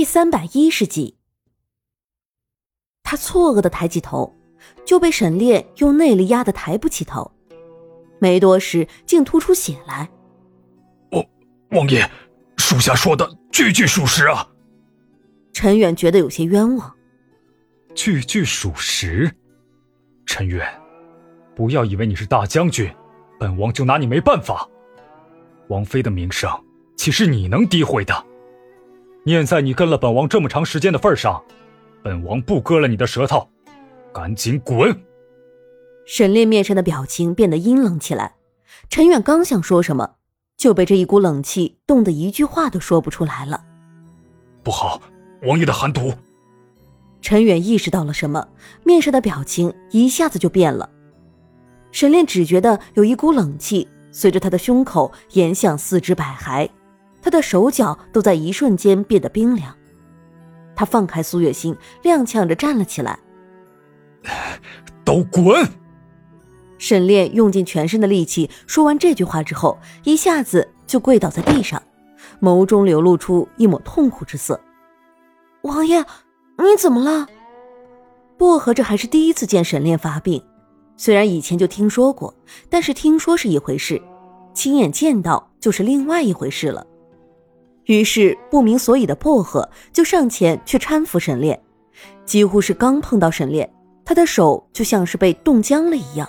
第310集。他错愕地抬起头，就被沈炼用内力压得抬不起头，没多时竟吐出血来。 王爷，属下说的句句属实啊！ 陈远觉得有些冤枉。 句句属实？陈远，不要以为你是大将军，本王就拿你没办法。王妃的名声岂是你能诋毁的？念在你跟了本王这么长时间的份上，本王不割了你的舌头，赶紧滚！ 沈炼面上的表情变得阴冷起来，陈远刚想说什么，就被这一股冷气冻得一句话都说不出来了。 不好，王爷的寒毒！ 陈远意识到了什么，面上的表情一下子就变了。沈炼只觉得有一股冷气随着他的胸口延向四肢百骸，他的手脚都在一瞬间变得冰凉。他放开苏月心，踉跄着站了起来。 都滚！ 沈炼用尽全身的力气说完这句话之后，一下子就跪倒在地上，眸中流露出一抹痛苦之色。王爷，你怎么了？薄荷这还是第一次见沈炼发病，虽然以前就听说过，但是听说是一回事，亲眼见到就是另外一回事了。于是不明所以的薄荷就上前去搀扶沈炼，几乎是刚碰到沈炼，他的手就像是被冻僵了一样。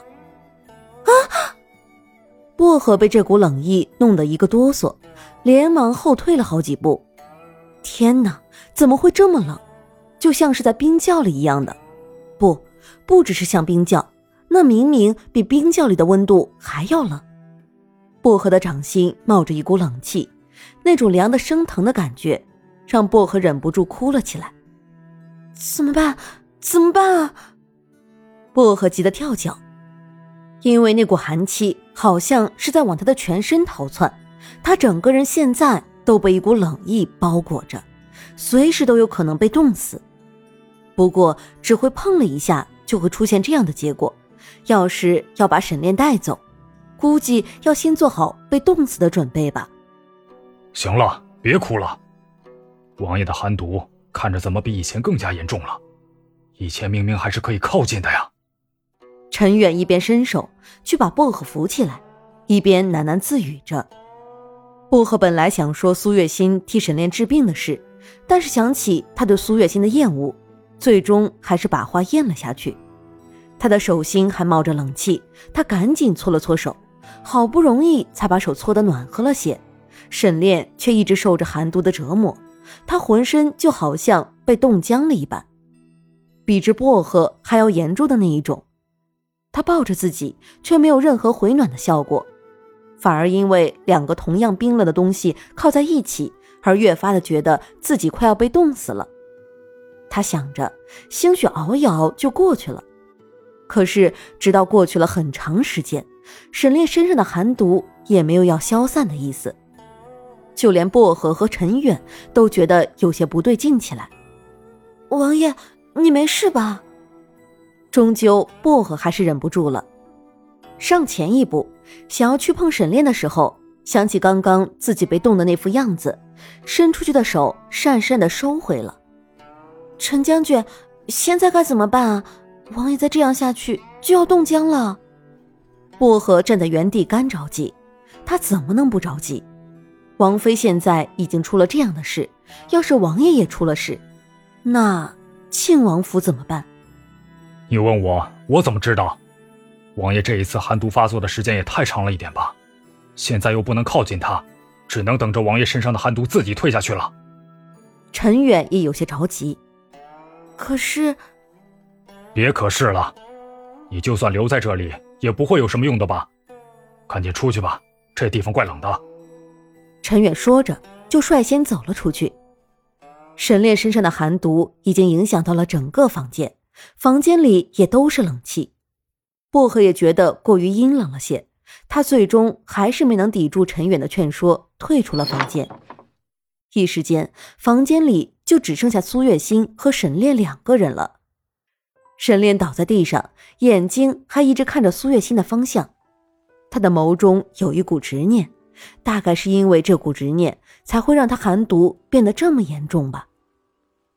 薄荷被这股冷意弄得一个哆嗦，连忙后退了好几步。天哪，怎么会这么冷？就像是在冰窖里一样的。不只是像冰窖，那明明比冰窖里的温度还要冷。薄荷的掌心冒着一股冷气，那种凉得生疼的感觉让薄荷忍不住哭了起来。怎么办？怎么办啊？薄荷急得跳脚，因为那股寒气好像是在往他的全身逃窜，他整个人现在都被一股冷意包裹着，随时都有可能被冻死。不过只会碰了一下就会出现这样的结果，要是要把沈炼带走，估计要先做好被冻死的准备吧。 行了，别哭了。王爷的寒毒看着怎么比以前更加严重了，以前明明还是可以靠近的呀。 陈远一边伸手去把薄荷扶起来，一边喃喃自语着。薄荷本来想说苏月心替沈炼治病的事，但是想起他对苏月心的厌恶，最终还是把话咽了下去。他的手心还冒着冷气，他赶紧搓了搓手，好不容易才把手搓得暖和了些。沈炼却一直受着寒毒的折磨，他浑身就好像被冻僵了一般，比之薄荷还要严重的那一种。他抱着自己，却没有任何回暖的效果，反而因为两个同样冰冷的东西靠在一起，而越发的觉得自己快要被冻死了。他想着，兴许熬一熬就过去了。可是直到过去了很长时间，沈炼身上的寒毒也没有要消散的意思。就连薄荷和陈远都觉得有些不对劲起来。王爷，你没事吧？终究薄荷还是忍不住了，上前一步想要去碰沈炼的时候，想起刚刚自己被冻的那副样子，伸出去的手讪讪地收回了。陈将军，现在该怎么办啊？王爷再这样下去就要冻僵了。薄荷站在原地干着急，他怎么能不着急？王妃现在已经出了这样的事，要是王爷也出了事，那庆王府怎么办？ 你问我怎么知道？王爷这一次寒毒发作的时间也太长了一点吧，现在又不能靠近他，只能等着王爷身上的寒毒自己退下去了。 陈远也有些着急。可是…… 别可是了，你就算留在这里也不会有什么用的吧，赶紧出去吧，这地方怪冷的。 陈远说着就率先走了出去。沈炼身上的寒毒已经影响到了整个房间，房间里也都是冷气。薄荷也觉得过于阴冷了些，他最终还是没能抵住陈远的劝说，退出了房间。一时间，房间里就只剩下苏月心和沈炼两个人了。沈炼倒在地上，眼睛还一直看着苏月心的方向，他的眸中有一股执念，大概是因为这股执念才会让他寒毒变得这么严重吧。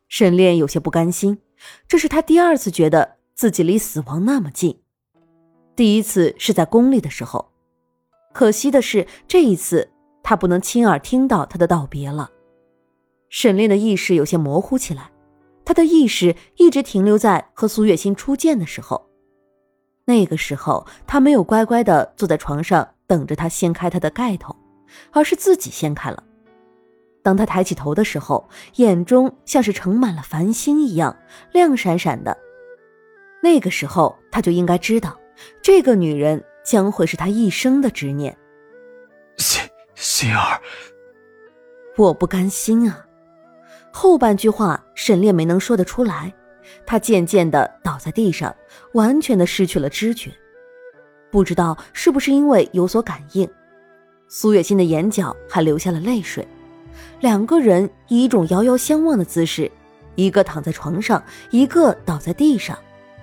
沈炼有些不甘心，这是他第二次觉得自己离死亡那么近。第一次是在宫里的时候，可惜的是这一次他不能亲耳听到他的道别了。沈炼的意识有些模糊起来，他的意识一直停留在和苏月心初见的时候。那个时候他没有乖乖地坐在床上等着他掀开他的盖头，而是自己掀开了。当他抬起头的时候，眼中像是盛满了繁星一样亮闪闪的。那个时候他就应该知道，这个女人将会是他一生的执念。 心儿， 我不甘心啊。后半句话沈炼没能说得出来，他渐渐地倒在地上，完全地失去了知觉。不知道是不是因为有所感应，苏月心的眼角还流下了泪水。两个人以一种遥遥相望的姿势，一个躺在床上，一个倒在地上。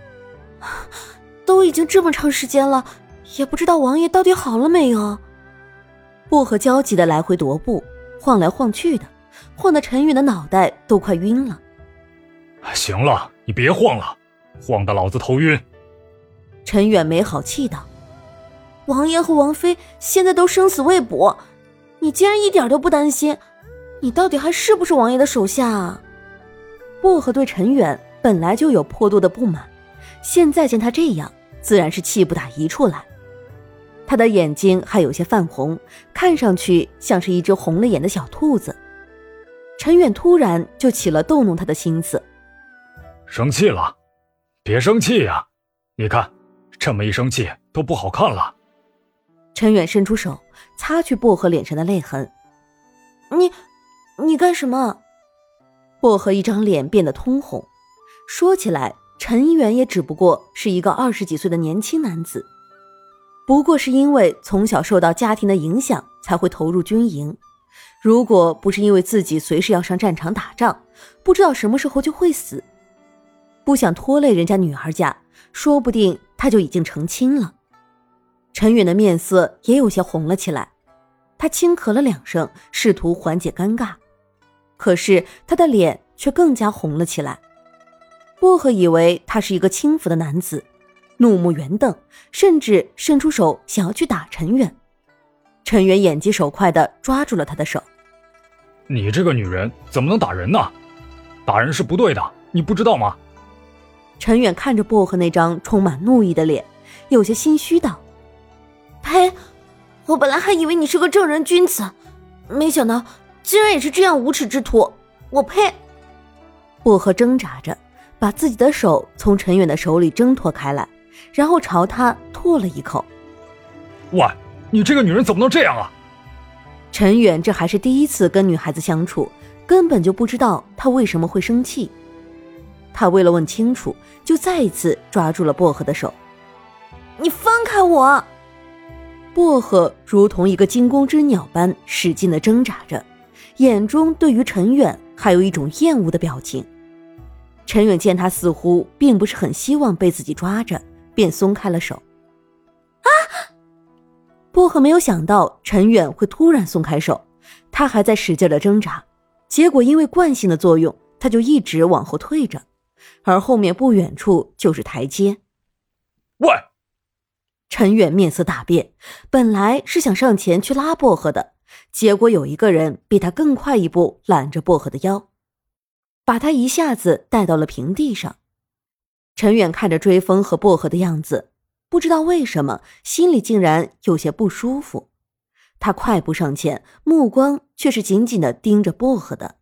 都已经这么长时间了，也不知道王爷到底好了没有。薄荷焦急地来回踱步，晃来晃去的，晃得陈远的脑袋都快晕了。 行了，你别晃了，晃得老子头晕。 陈远没好气道：王爷和王妃现在都生死未卜，你竟然一点都不担心，你到底还是不是王爷的手下啊？薄荷对陈远本来就有颇多的不满，现在见他这样，自然是气不打一处来。他的眼睛还有些泛红，看上去像是一只红了眼的小兔子。陈远突然就起了逗弄他的心思。 生气了？别生气呀，你看这么一生气都不好看了。 陈远伸出手擦去薄荷脸上的泪痕。你干什么？薄荷一张脸变得通红。说起来，陈远也只不过是一个20几岁的年轻男子，不过是因为从小受到家庭的影响才会投入军营，如果不是因为自己随时要上战场打仗，不知道什么时候就会死。不想拖累人家女儿家，说不定他就已经成亲了。陈远的面色也有些红了起来，他轻咳了2声，试图缓解尴尬，可是他的脸却更加红了起来。薄荷以为他是一个轻浮的男子，怒目圆瞪，甚至伸出手想要去打陈远。陈远眼疾手快地抓住了他的手。 你这个女人怎么能打人呢？打人是不对的，你不知道吗？ 陈远看着薄荷那张充满怒意的脸，有些心虚道：呸，我本来还以为你是个正人君子，没想到竟然也是这样无耻之徒，我呸！薄荷挣扎着把自己的手从陈远的手里挣脱开来，然后朝他吐了一口。 喂，你这个女人怎么能这样啊？ 陈远这还是第一次跟女孩子相处，根本就不知道她为什么会生气。他为了问清楚，就再一次抓住了薄荷的手。你放开我！薄荷如同一个惊弓之鸟般使劲地挣扎着，眼中对于陈远还有一种厌恶的表情。陈远见他似乎并不是很希望被自己抓着，便松开了手。啊！薄荷没有想到陈远会突然松开手，他还在使劲地挣扎，结果因为惯性的作用，他就一直往后退着，而后面不远处就是台阶。 喂！ 陈远面色大变，本来是想上前去拉薄荷的，结果有一个人比他更快一步揽着薄荷的腰，把他一下子带到了平地上。陈远看着追风和薄荷的样子，不知道为什么心里竟然有些不舒服。他快步上前，目光却是紧紧地盯着薄荷的。